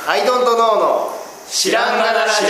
アイドントノーの知らんがなラジ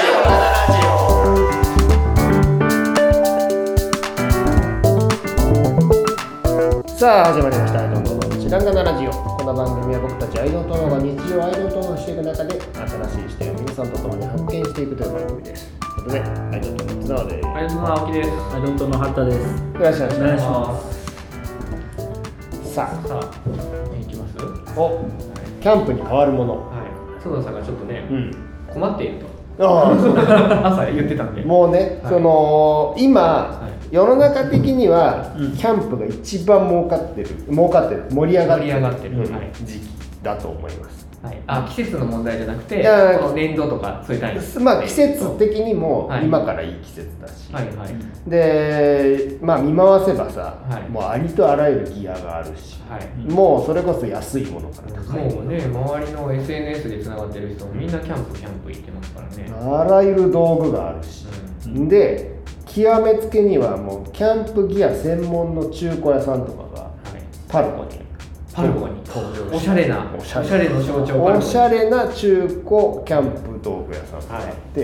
オ。さあ始まりました、アイドントノーの知らんがなラジオ。この番組は僕たちアイドントノーが日常アイドントノーしていく中で新しい視点を皆さんと共に発見していくという番組です。ということで、アイドントノーの津川です。 アイドントノー青木です。 アイドントノーハッタです。 よろしくお願いします。さあいきます。 お、キャンプに変わるもの。 はい。須藤さんがちょっとね、困っていると。朝言ってたんで。 もうね、その今、世の中的にはキャンプが一番儲かってる、盛り上がってる、時期だと思います。 はい、季節の問題じゃなくて、この年度とかそういう単位です。 まあ季節的にも今からいい季節だし、で、まあ見回せばさ、もうありとあらゆるギアがあるし、もうそれこそ安いものから高いもの、 もうね、周りの SNS でつながってる人もみんなキャンプ行ってますからね。 あらゆる道具があるし、で極めつけにはもうキャンプギア専門の中古屋さんとかがパルコに登場して、おしゃれの象徴、おしゃれな中古キャンプ道具屋さんがあって、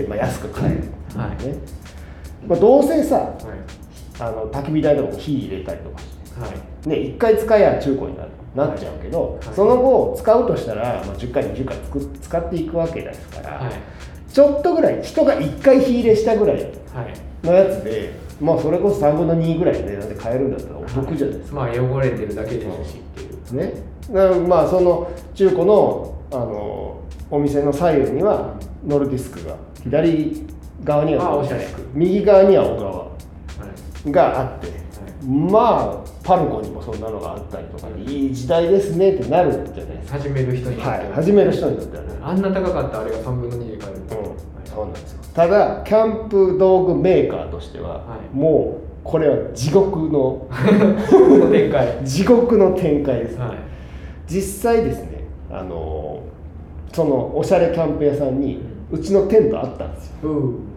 まあ、安く買える、まあ、どうせさ、焚き火台とかも火入れたりとかして、ね、1回使えば中古になっちゃうけど、その後使うとしたら、まあ、10回20回使っていくわけですから、ちょっとぐらい人が1回火入れしたぐらいのやつで、まあそれこそ3分の2ぐらいの値段で買えるんだったらお得じゃないですか。 まあ汚れてるだけですしっていうね。まあその中古のお店の左右にはノルディスクが、左側にはノルディスク、右側には小川があって、まあパルコにもそんなのがあったりとかで、いい時代ですねってなるんじゃないですか。 始める人にとっては、 始める人にとってはね。 あんな高かったあれが3分の2で買える。 そうなんですよ。ただキャンプ道具メーカーとしては、もうこれは地獄の展開地獄の展開です、実際ですね、そのおしゃれキャンプ屋さんにうちのテントあったんですよ。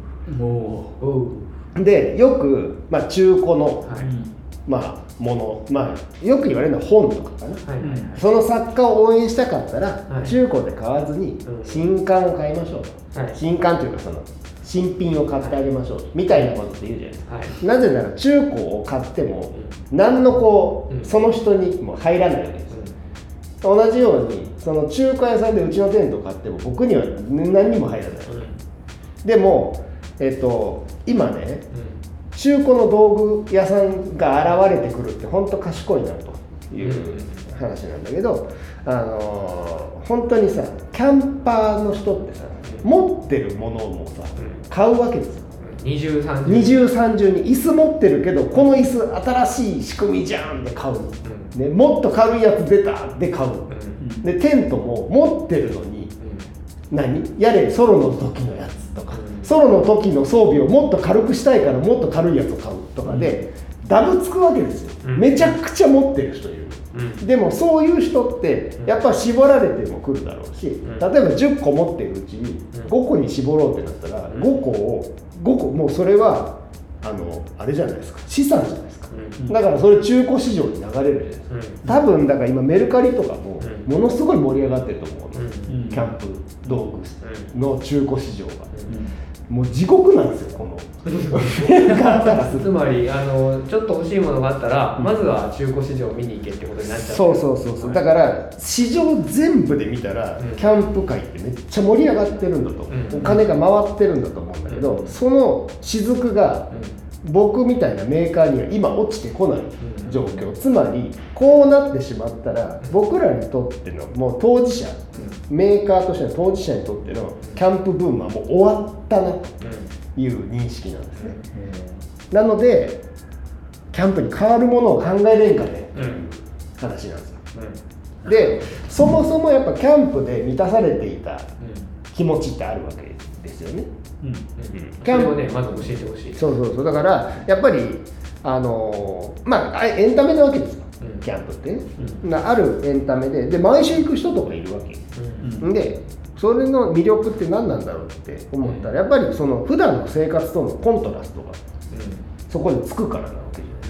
でよく、まあ、中古の、まあ、もの、まあ、よく言われるのは本とかかな、その作家を応援したかったら、中古で買わずに新刊を買いましょうと、新刊というかその新品を買ってあげましょうみたいなことって言うじゃないですか、なぜなら中古を買っても何のこう、その人にも入らないわけです、同じようにその中古屋さんでうちのテント買っても僕には何にも入らない、でも、今ね、中古の道具屋さんが現れてくるって本当賢いなという話なんだけど、本当にさ、キャンパーの人ってさ、持ってるものもさ、買うわけですよ。二重三重に椅子持ってるけど、この椅子新しい仕組みじゃんって買う、ね、もっと軽いやつ出たって買う、でテントも持ってるのに、やれソロの時のやつとか、ソロの時の装備をもっと軽くしたいからもっと軽いやつを買うとかで、ダブつくわけですよ、めちゃくちゃ持ってる人いる、でもそういう人ってやっぱ絞られても来るだろうし、例えば10個持ってるうちに5個に絞ろうってなったら、5個もうそれはあれじゃないですか、資産じゃないですか、だからそれ中古市場に流れるじゃないですか、多分だから今メルカリとかもものすごい盛り上がってると思うの、キャンプ道具の中古市場が、もう地獄なんですよ、このつまりちょっと欲しいものがあったら、まずは中古市場を見に行けってことになっちゃう。 そう、だから市場全部で見たら、キャンプ界ってめっちゃ盛り上がってるんだと、お金が回ってるんだと思うんだけど、その雫が僕みたいなメーカーには今落ちてこない状況、つまりこうなってしまったら、僕らにとってのもう当事者、メーカーとしての当事者にとってのキャンプブームはもう終わったなという認識なんですね、なのでキャンプに変わるものを考えれんかねっていう話なんですよ、でそもそもやっぱキャンプで満たされていた気持ちってあるわけですよね、 キャンプをね、まず教えてほしい。 そうだからやっぱりまあエンタメなわけですよ、キャンプってね、あるエンタメで毎週行く人とかいるわけ、でそれの魅力って何なんだろうって思ったら、やっぱりその普段の生活とのコントラストがそこにつくからなわけ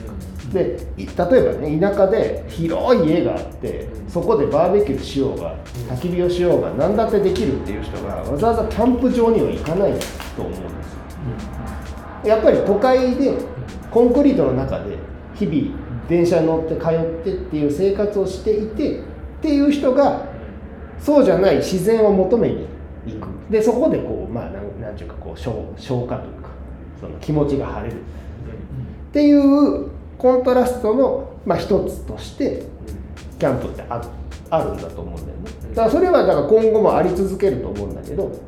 で例えばね、田舎で広い家があってそこでバーベキューしようが焚き火をしようが何だってできるっていう人がわざわざキャンプ場には行かないと思うんですよ。やっぱり都会でコンクリートの中で日々電車に乗って通ってっていう生活をしていてっていう人がそうじゃない自然を求めに行く。でそこでこうなんていうかこう消化というかその気持ちが晴れるっていうコントラストの一つとしてキャンプってあるんだと思うんだよね。だからそれはだから今後もあり続けると思うんだけど、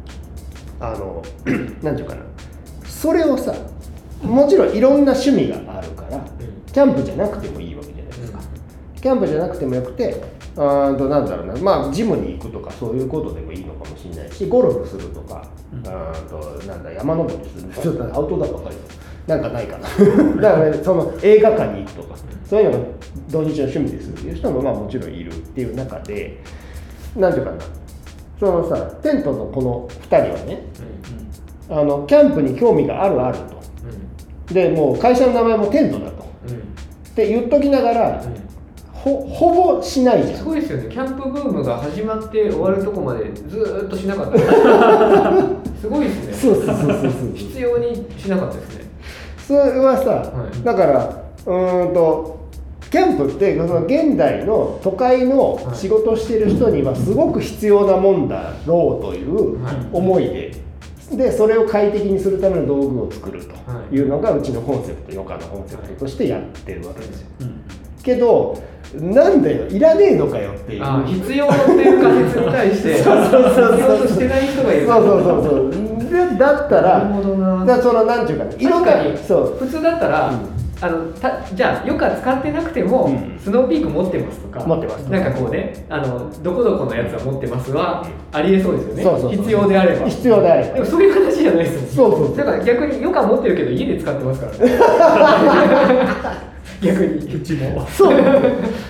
なんていうかな、それをさ、もちろんいろんな趣味があるからキャンプじゃなくてもいいわけじゃないですか。キャンプじゃなくてもよくて、なんだろうな、ジムに行くとかそういうことでもいいのかもしれないし、ゴルフするとか、山登りする、ちょっとアウトドアばかりなんかないかなだから、ね、その映画館に行くとかそういうのが土日の趣味ですっていう人ももちろんいるっていう中で、なんていうかな、そのさ、テントのこの2人はね、キャンプに興味があると、でもう会社の名前もテントだと、って言っときながら、ほぼしないじゃん。 すごいですよね。キャンプブームが始まって終わるとこまでずーっとしなかったすごいですね。 そう必要にしなかったですね。 それはさ、だからキャンプってその現代の都会の仕事をしている人にはすごく必要なもんだろうという思いでそれを快適にするための道具を作るというのがうちのコンセプト、余暇のコンセプトとしてやってるわけですよ。けどなんだよ、いらねえのかよっていう、 必要っていう仮説に対して必要としてない人がいる。 そうだったら、そのなんていうかね、 いろんな普通だったら、じゃあ余暇使ってなくても、スノーピーク持ってますとか、なんかこうね、どこどこのやつは持ってますはありえそうですよね。必要であれば。 必要であれば。 でもそういう話じゃないですもん。そうだから逆に余暇持ってるけど家で使ってますからね逆にうちもそうだよね、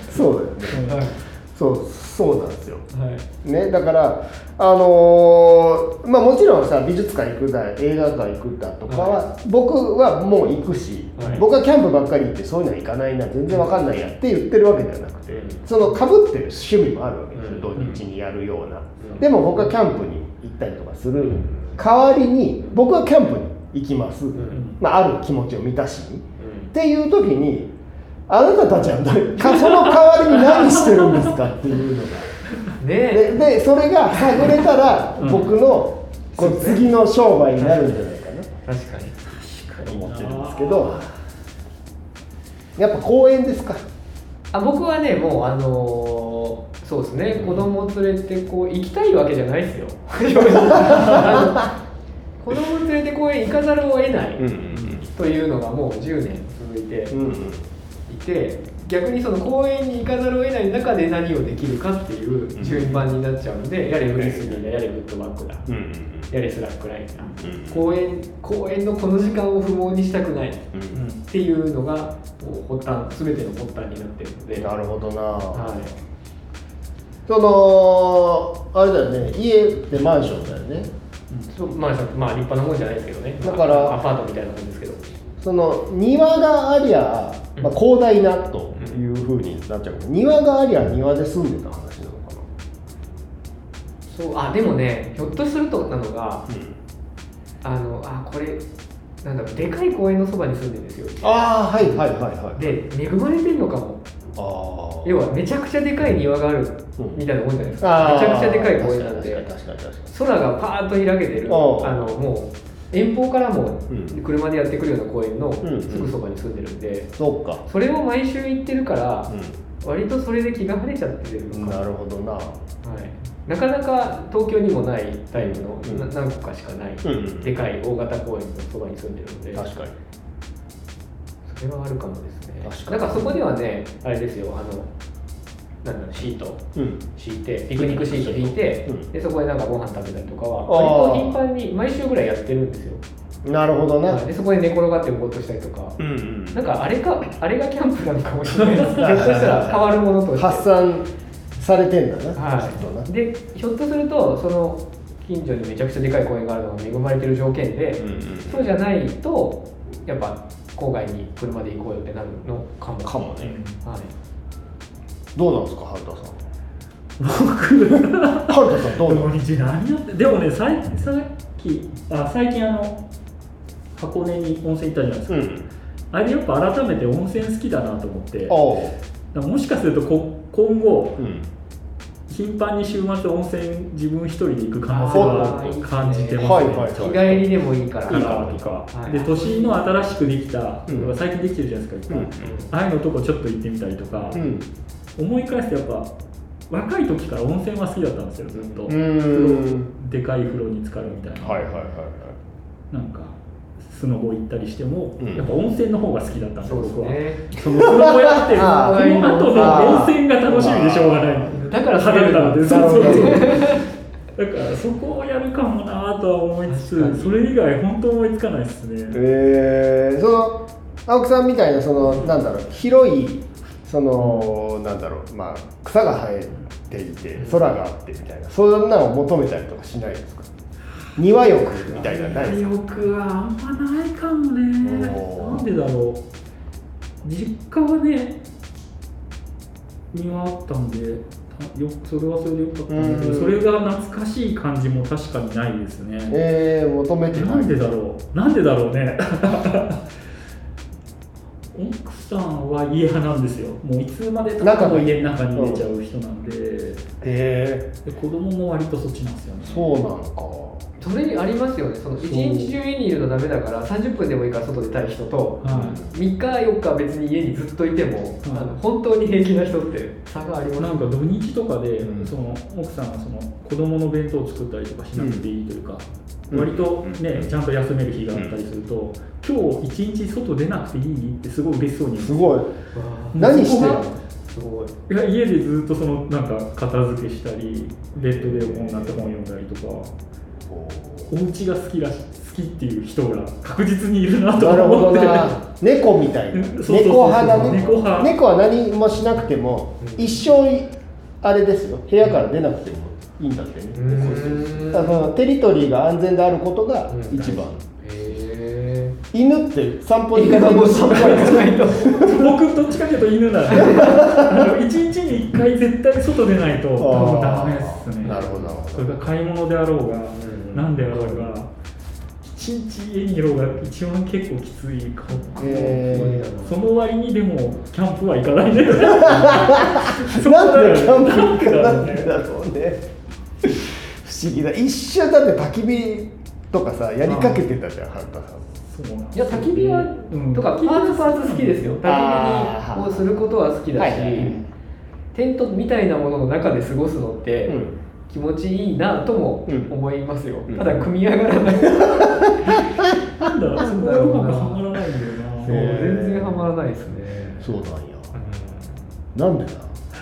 そうなんですよ、ね、だからもちろんさ、美術館行くだ映画館行くだとかは、僕はもう行くし、僕はキャンプばっかり行ってそういうのは行かないな、全然わかんないやって言ってるわけではなくて、その被ってる趣味もあるわけですよ、土日にやるような。でも僕はキャンプに行ったりとかする代わりに僕はキャンプに行きます、ある気持ちを満たしにっていう時に、あなたたちはその代わりに何してるんですかっていうのがでそれが探れたら僕のこう次の商売になるんじゃないかな、 確かに思ってるんですけど、やっぱ公園ですか？ 僕はね、もうそうですね、子供連れてこう行きたいわけじゃないですよ子供連れて公園行かざるを得ないというのがもう10年続いていて、逆にその公園に行かざるを得ない中で何をできるかっていう順番になっちゃうので、やれフリスビーだ、やれフットバックだ、やれスラックラインだ、公園のこの時間を不毛にしたくないっていうのが全ての発端になってるので。 なるほどな。そのあれだよね、家ってマンションだよね。 マンション、立派なもんじゃないですけどね。 だからアパートみたいなもんですけど、 その庭がありゃ、広大なというふうになっちゃうけど、庭がありゃ庭で住んでた話なのかな。 でもね、ひょっとするとなのが、これなんだろう、でかい公園のそばに住んでるんですよ。で恵まれてるのかも。要はめちゃくちゃでかい庭があるみたいなもんじゃないですか。めちゃくちゃでかい公園なんで、空がパーッと開けてる、もう遠方からも車でやってくるような公園のすぐそばに住んでるんで、それを毎週行ってるから、割とそれで気が晴れちゃってるのか。 なるほどな。 なかなか東京にもないタイプの、何個かしかない、でかい大型公園のそばに住んでるので、 確かにそれはあるかもですね。だからそこではね、あれですよ、シート敷いて、ピクニックシート敷いて、でそこでなんかご飯食べたりとかは割と頻繁に毎週ぐらいやってるんですよ。 なるほどな。 でそこで寝転がってぼーっとしたりとか、なんかあれがキャンプなのかもしれないです。ひょっとしたら変わるものとして発散されてんだな。 でひょっとするとその近所にめちゃくちゃでかい公園があるのが恵まれてる条件で、そうじゃないとやっぱ郊外に車で行こうよってなるのかもね、 はい、 どうなんですか春田さん。 僕春田さんどうなんですか。何やってでもね最近箱根に温泉行ったじゃないですか、あれやっぱ改めて温泉好きだなと思って、もしかすると今後、頻繁に週末温泉自分一人で行く可能性は感じてますね。 日帰りでもいいからとか、 で都心の新しくできた、最近できてるじゃないですか、ああいうのとこちょっと行ってみたりとか、思い返すとやっぱ若い時から温泉は好きだったんですよ、ずっと。でかい風呂に浸かるみたいな。なんかスノボ行ったりしても、やっぱ温泉の方が好きだったんですよ、僕は。そのスノボやってその後の温泉が楽しみでしょうがない。 だから晴れるので、 だからそこをやるかもなとは思いつつ、それ以外本当思いつかないですね。 その青木さんみたいななんだろう、広いなんだろう、まあ草が生えていて空があってみたいな、そんなのを求めたりとかしないですか。庭欲みたいなのないですか。 庭欲はあんまないかもね。なんでだろう。実家はね庭あったんでそれはそれでよかったんだけど、それが懐かしい感じも確かにないですね。 求めてない。 なんでだろうね。奥さんは家派なんですよ。もういつまでたっても家の中に入れちゃう人なんで、で子供も割とそっちなんですよね。 そうなのか。 それありますよね。一日中家にいるとダメだから30分でもいいから外出たい人と、3日4日別に家にずっといても、本当に平気な人って差があります。 なんか土日とかで、奥さんが子供の弁当を作ったりとかしなくていいというか、割とね、ちゃんと休める日があったりすると、今日一日外出なくていいってすごい嬉しそうに。 すごい。何してるの？ すごい。 いや、家でずっとなんか片付けしたり、ベッドで本読んだりとか。お家が好きっていう人が確実にいるなと思って。 猫みたいな。猫派だね。猫は何もしなくても、一生あれですよ。部屋から出なくてもいいんだってね。テリトリーが安全であることが一番。犬って散歩に行かないと。 僕どっちかというと犬なんで、1日に1回絶対外出ないと多分ダメですね。 なるほど。 それが買い物であろうが何であろうが、1日家にいろうが一番結構きついかも。その割にでもキャンプは行かないね。 なんでキャンプ行かないんだろうね。不思議だ。一瞬だって焚き火とかさやりかけてたじゃん、春田さん。 いや、焚き火は、とかパーツ好きですよ。焚き火をすることは好きだし、テントみたいなものの中で過ごすのって気持ちいいなとも思いますよ。ただ組み上がらない。 なんだろう、そこはうまくはまらないんだよな。 全然はまらないですね。 そうなんや。なんでだ。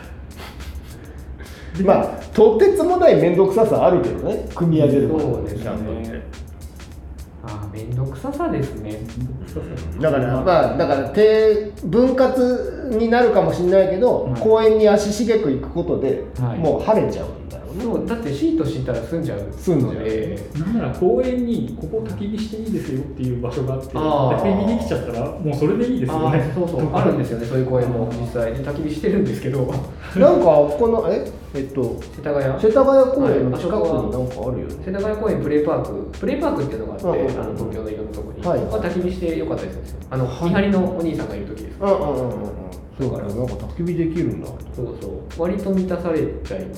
まあとてつもない面倒くささあるけどね、組み上げるそうですね。面倒くささですね。 だから分割になるかもしれないけど、公園に足しげく行くことで、もう晴れちゃうんだろうね。 そうだってシート敷いたら済んじゃうので、 なんなら公園にここ焚き火していいですよっていう場所があって、焚き火できちゃったらもうそれでいいですよね。 そうあるんですよね、そういう公園も実際に焚き火してるんですけど、 なんかこの世田谷公園の近くになんかあるよね。 世田谷公園プレイパークっていうのがあって、東京のいろんなところに焚き火してよかったですよ。見張りのお兄さんがいる時です。 そうからなんか焚き火できるんだ。 そう割と満たされちゃいます。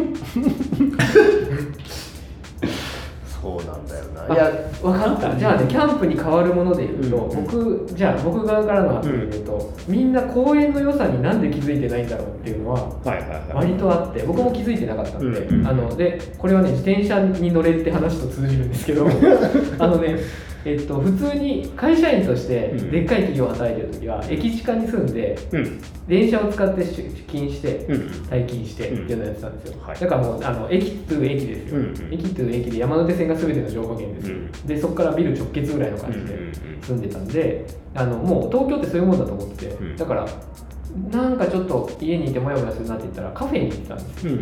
そうなんだよな。 いや、分かった。じゃあね、キャンプに変わるもので言うと、僕側からの話で言うと、みんな公園の良さになんで気づいてないんだろうっていうのは割とあって、僕も気づいてなかったんで、でこれはね、自転車に乗れって話と通じるんですけど、普通に会社員としてでっかい企業を働いてる時は駅近に住んで、電車を使って出勤して退勤してっていうのをやってたんですよ。だからもう駅と駅ですよ。駅と駅で山手線が全ての情報源です。でそこからビル直結ぐらいの感じで住んでたんで、もう東京ってそういうもんだと思ってて、だからなんかちょっと家にいてモヤモヤするなって言ったらカフェに行ってたんですよ。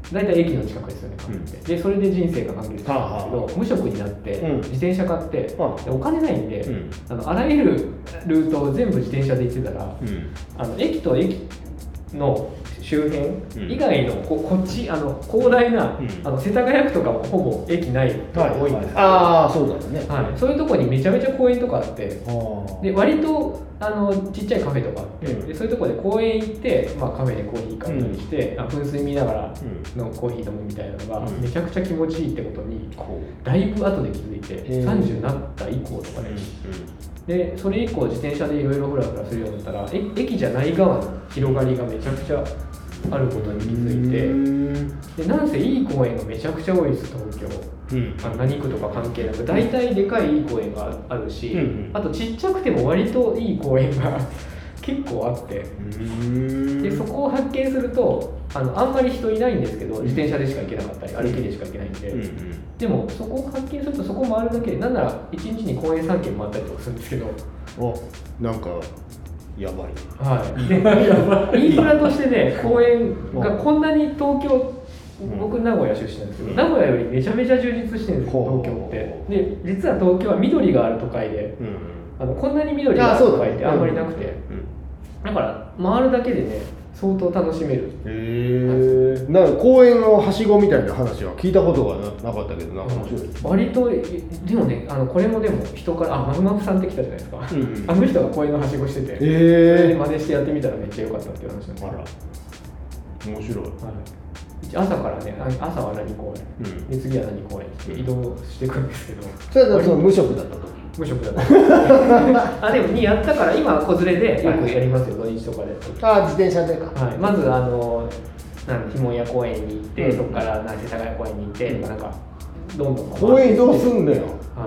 大体駅の近くですよね、カフェって。でそれで人生が完結したんですけど、無職になって自転車買って、でお金ないんで、あらゆるルートを全部自転車で行ってたら、駅と駅の周辺以外のこっち広大な、世田谷区とかもほぼ駅ないとこ多いんですけど、 そうだね、 そういうとこにめちゃめちゃ公園とかあって、で割とちっちゃいカフェとかあって、でそういうとこで公園行って、カフェでコーヒー買ったりして、噴水見ながらのコーヒー飲むみたいなのがめちゃくちゃ気持ちいいってことにだいぶ後で気づいて、30になった以降とかで、それ以降自転車でいろいろフラフラするようになったら、駅じゃない側の広がりがめちゃくちゃあることに気づいて、でなんせいい公園がめちゃくちゃ多いです、東京。何区とか関係なく大体でかいいい公園があるし、あとちっちゃくても割といい公園が結構あって、でそこを発見するとあんまり人いないんですけど、自転車でしか行けなかったり歩きでしか行けないんで、でもそこを発見するとそこ回るだけで、なんなら1日に公園3軒回ったりとかするんですけど、 なんかやばい、 でインフラとしてね、公園がこんなに東京、僕名古屋出身なんですけど、名古屋よりめちゃめちゃ充実してるんですよ、東京って。で実は東京は緑がある都会で、こんなに緑がある都会ってあんまりなくて、だから回るだけでね相当楽しめる。 なんか公園のはしごみたいな話は聞いたことが なかったけど、なんか面白い。 割とでもね、これもでも人からマフマフさんって来たじゃないですか、あの人が公園のはしごしてて、それで真似してやってみたらめっちゃ良かったっていう話なんです。 面白い。 朝からね、朝は何公園、で次は何公園って移動していくんですけど、 それはその無職だった時。 無職だったでもにやったから、今は子連れでよくやりますよ、土日とかで。 自転車でか。 まずひもや公園に行って、そこから世田谷公園に行って、なんかどんどん公園移動すんだよ。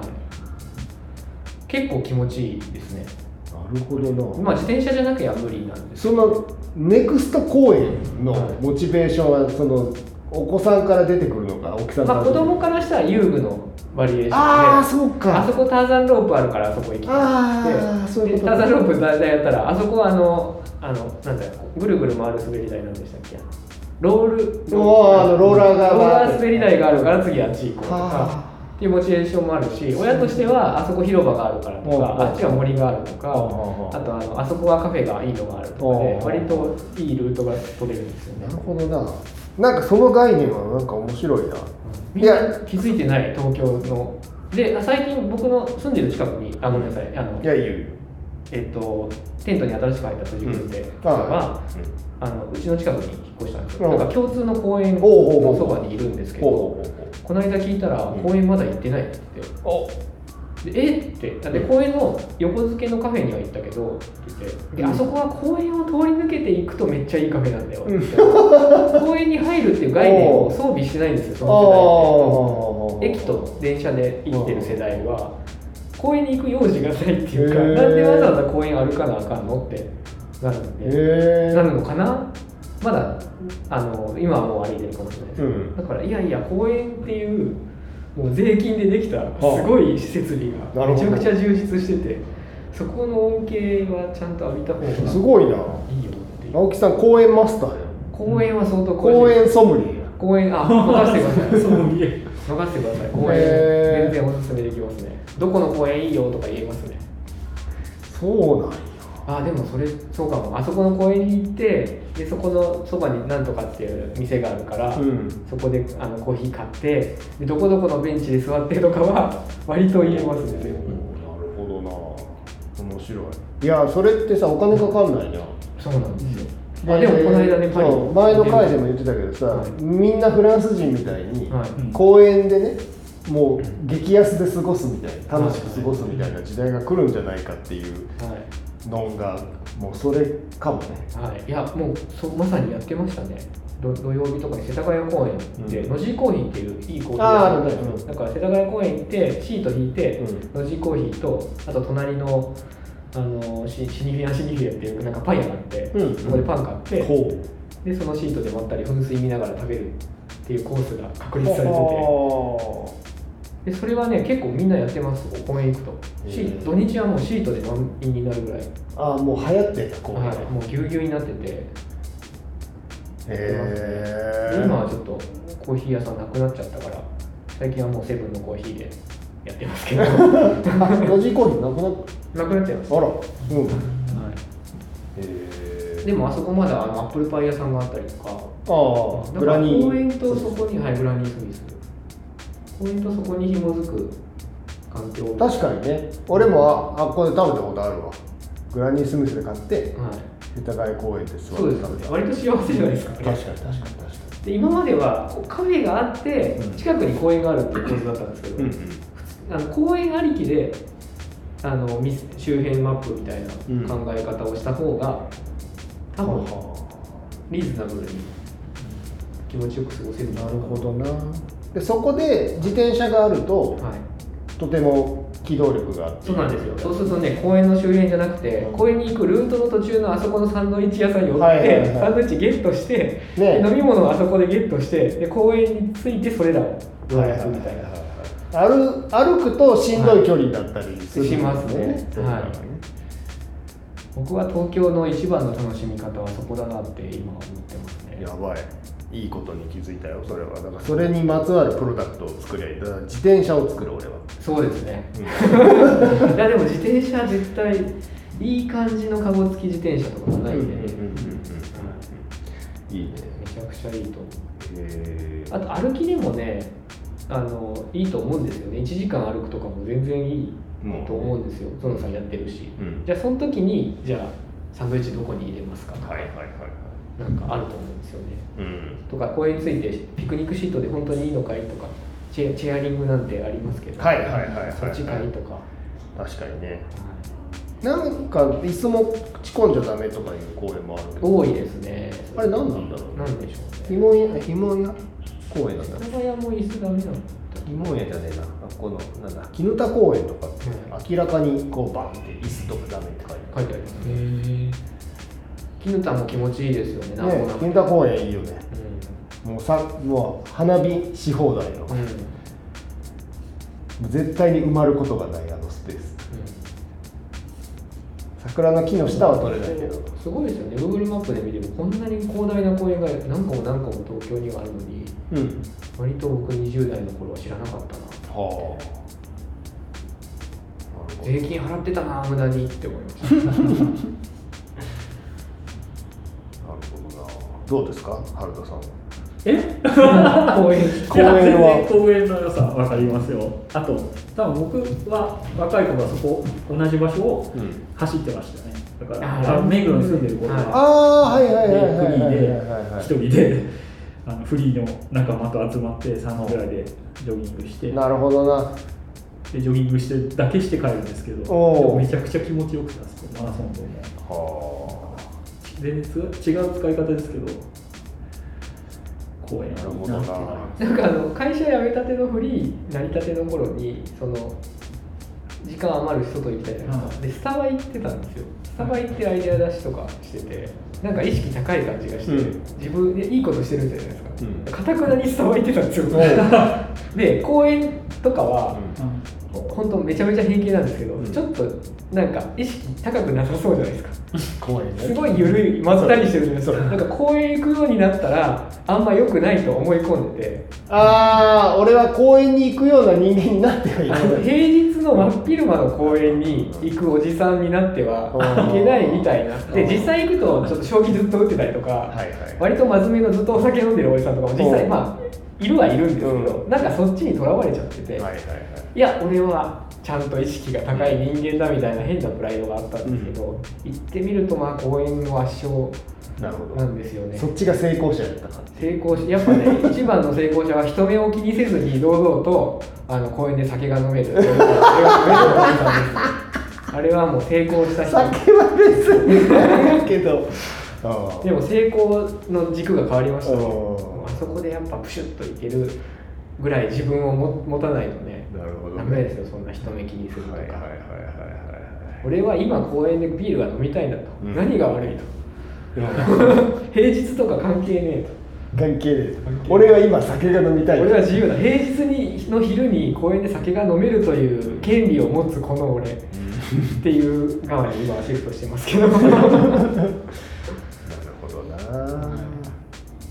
結構気持ちいいですね。 なるほどな。 自転車じゃなきゃ無理なんです。 そのネクスト公園のモチベーションは、そのお子さんから出てくるのか、奥さんから。 子供からしたら遊具のバリエーションで、あそこターザンロープあるからあそこ行きたいで、ターザンロープ大体やったら、あそこはなんだぐるぐる回る滑り台なんでしたっけ、ローラー滑り台があるから次あっち行こうとかっていうモチベーションもあるし、親としてはあそこ広場があるからとか、あっちは森があるとか、あとあそこはカフェがいいのがあるとかで、割といいルートが取れるんですよね。 なるほどな。なんかその概念はなんか面白いな。 みんな気づいてない、東京の。で最近僕の住んでる近くにごめんなさい、テントに新しく入った辻君って方がうちの近くに引っ越したんですよ。なんか共通の公園のそばにいるんですけど、この間聞いたら公園まだ行ってないって言って。でって公園の横付けのカフェには行ったけどって言って、あそこは公園を通り抜けていくとめっちゃいいカフェなんだよって公園に入るっていう概念を装備してないんですよ、その世代って。駅と電車で行ってる世代は公園に行く用事がないっていうか、なんでわざわざ公園歩かなあかんのってなるのかな。まだ今はもう歩いてるかもしれないですけど、だからいや公園っていうもう税金でできたすごい設備がめちゃくちゃ充実してて、そこの恩恵はちゃんと浴びた方がすごいな。いいよって。青木さん公園マスターや。 公園は相当公園ソムリエ。 公園任せてください。ソムリエ任せてください。公園全然おすすめできますね。どこの公園いいよとか言えますね。 そうなんや。 でもそうかも。あそこの公園に行って、でそこのそばになんとかっていう店があるから、そこでコーヒー買って、でどこどこのベンチで座ってとかは割と言えますね。なるほどな。面白い。いや、それってさ、お金かかんないじゃん。 そうなんですよ。でもこの間ね、パリ前の回でも言ってたけどさ、みんなフランス人みたいに公園でね、もう激安で過ごすみたいな、楽しく過ごすみたいな時代が来るんじゃないかっていうのが、もうそれかもね。 いや、もうまさにやってましたね。土曜日とかに世田谷公園で、野地コーヒーっていういいコーヒー屋さんだったんですよ。だから世田谷公園行ってシート引いて、野地コーヒーと、あと隣のシニフィアっていうなんかパン屋があって、そこでパン買って、でそのシートで割ったり噴水見ながら食べるっていうコースが確立されてて、でそれはね結構みんなやってます。公園行くと土日はもうシートで満員になるぐらい。 もう流行ってんだ公園。 もうぎゅうぎゅうになってて、 やってますね。今はちょっとコーヒー屋さんなくなっちゃったから、最近はもうセブンのコーヒーでやってますけど。 ロジーコーヒーなくなっちゃいます。 あら、 はい。でもあそこまだアップルパイ屋さんがあったりとか、 グラニー公園とそこに、はい、グラニースミス、公園とそこに紐づく環境。 確かにね、俺もここで食べたことあるわ。グラニースミスで買って、はい、世田谷公園で座って食べた。 そうです。割と幸せじゃないですか。 確かに。 で今まではカフェがあって近くに公園があるっていう構図だったんですけど、公園ありきで周辺マップみたいな考え方をした方が多分リーズナブルに気持ちよく過ごせる。 なるほどな。でそこで自転車があると、はい、とても機動力があって。 そうなんですよ。そうするとね、公園の周辺じゃなくて、公園に行くルートの途中のあそこのサンドイッチ屋さんに寄って、サンドイッチゲットして、ね、飲み物をあそこでゲットして、で公園に着いてそれらをするみたいな。 歩くとしんどい距離だったりする、 しますね。はい。僕は東京の一番の楽しみ方はそこだなって今思ってますね。 やばい。いいことに気づいたよ。それはだからそれにまつわるプロダクトを作りゃいい。だから自転車を作る。俺はそうですね、いやでも自転車絶対いい感じのカゴ付き自転車とかもないんでね。 いいね。 めちゃくちゃいいと思う。あと歩きでもね、いいと思うんですよね。1時間歩くとかも全然いいと思うんですよ。ゾノさんやってるし、じゃあその時にじゃあサンドイッチどこに入れますかとか、なんかあると思うんですよね、とか公園についてピクニックシートで本当にいいのかいとか、チェアリングなんてありますけど、そっちかいとか。 確かにね、なんか椅子も仕込んじゃダメとかいう公園もあるけど多いですね。 あれ何なんだろう。 なんでしょうね。ひもや公園なんだ。 世田谷も椅子ダメなの。 ひもやじゃねえな。このなんだ絹田公園とかって明らかにこうバンって椅子とかダメって書いてありますね。絹田も気持ちいいですよね。 絹田公園いいよね。もう花火し放題の、絶対に埋まることがないスペース。桜の木の下は取れないけど。 すごいですよね。Google マップで見てもこんなに広大な公園が何個も東京にはあるのに、割と僕20代の頃は知らなかったな。税金払ってたな無駄にって思いました。なるほどな。 どうですか、春田さん。 公園の良さ分かりますよ。あと多分僕は若い頃はそこ同じ場所を走ってましたね。だから目黒に住んでる頃はフリーで一人でフリーの仲間と集まって3人ぐらいでジョギングして。 なるほどな。 でジョギングしてだけして帰るんですけど、めちゃくちゃ気持ちよくて、マラソンとも全然違う使い方ですけど公園なるほどな。 なんか会社辞めたてのフリーなりたての頃に時間余るし外行きたいじゃないですか。でスタバ行ってたんですよ。スタバ行ってアイデア出しとかしてて、なんか意識高い感じがして、自分でいいことしてるじゃないですか。かたくなにスタバ行ってたんですよ。で公園とかは、本当めちゃめちゃ平気なんですけど、ちょっとなんか意識高くなさそうじゃないですか。 公園ね、 すごい緩いまったりしてるじゃないですか。なんか公園行くようになったらあんま良くないと思い込んでて、 俺は公園に行くような人間になってはいけない。 平日の真っ昼間の公園に行くおじさんになってはいけないみたいな。で実際行くとちょっと将棋ずっと打ってたりとか、割と真面目のずっとお酒飲んでるおじさんとかも実際いるはいるんですけど、なんかそっちにとらわれちゃってて、いや俺はちゃんと意識が高い人間だみたいな変なプライドがあったんですけど、行ってみると公園の圧勝なんですよね。 そっちが成功者やったか。 やっぱね一番の成功者は人目を気にせずに堂々と公園で酒が飲める。あれはもう成功した人。 酒は別にないけどでも成功の軸が変わりましたね。あそこでやっぱプシュッといけるぐらい自分を持たないとね、ダメですよ。そんな人目気にするとか。俺は今公園でビールが飲みたいんだと、何が悪いと。平日とか関係ねえと。 関係ねえ。俺は今酒が飲みたい。 俺は自由だ。平日の昼に公園で酒が飲めるという権利を持つこの俺っていう側に今はシフトしてますけど。なるほどな。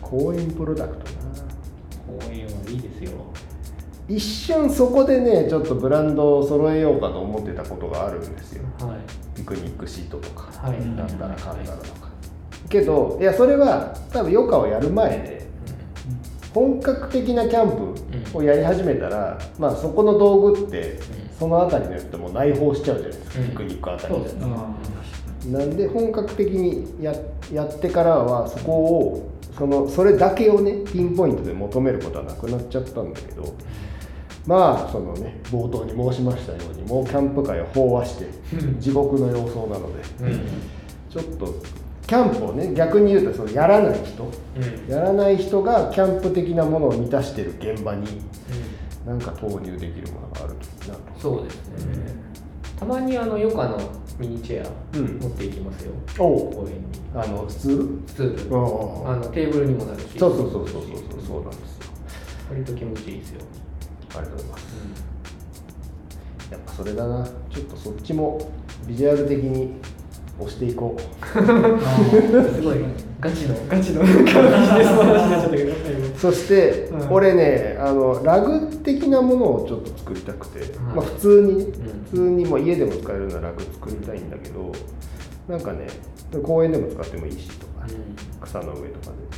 公園プロダクトな。 公園はいいですよ。 一瞬そこでねちょっとブランドを揃えようかと思ってたことがあるんですよ、はい、ピクニックシートとか、はい、なんだらかんだらとか、けどいやそれは多分余暇をやる前で、本格的なキャンプをやり始めたら、まあそこの道具ってその辺りのやつってもう内包しちゃうじゃないですか、ピクニックあたりで、なんで本格的に やってからはそこをそれだけをねピンポイントで求めることはなくなっちゃったんだけど、まあそのね冒頭に申しましたようにもうキャンプ界を飽和して地獄の様相なので、ちょっとキャンプをね逆に言うとやらない人がキャンプ的なものを満たしている現場になんか投入できるものがあるといいなと。 そうですね、たまに余暇のミニチェア持っていきますよ、公園に。 スツールテーブルにもなるし。 そうなんですよ。 割と気持ちいいですよ。 ありがとうございます、やっぱそれだな、ちょっとそっちもビジュアル的に押していこうすごいガチの感じです話になっちゃったけどそして、俺ねラグ的なものをちょっと作りたくて、まあ普通にもう家でも使えるようなラグ作りたいんだけど、なんかね公園でも使ってもいいしとか、草の上とかで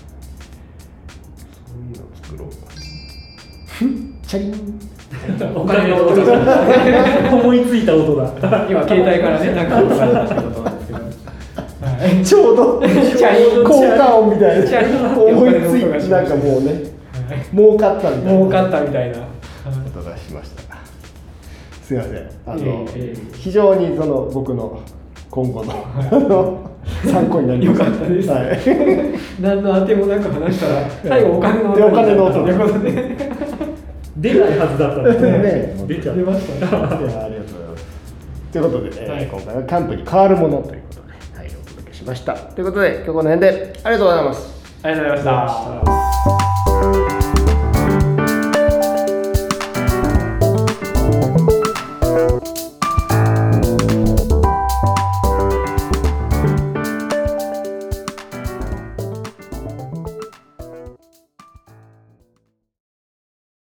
そういうのを作ろうチャリンお金の音が思いついた音だ今携帯からねなんか音がしたってことなんですけどちょうど効果音みたいな思いついてなんかもうね儲かったみたいな音がしました。すいません非常に僕の今後の参考になりました。 よかったです、はい、何の当てもなく話したら最後お金の音ということで出ないはずだったんですね。 出ましたね。 ありがとうございます。ということで、今回はキャンプに変わるものということで、お届けしました。ということで今日この辺でありがとうございます。 ありがとうございました。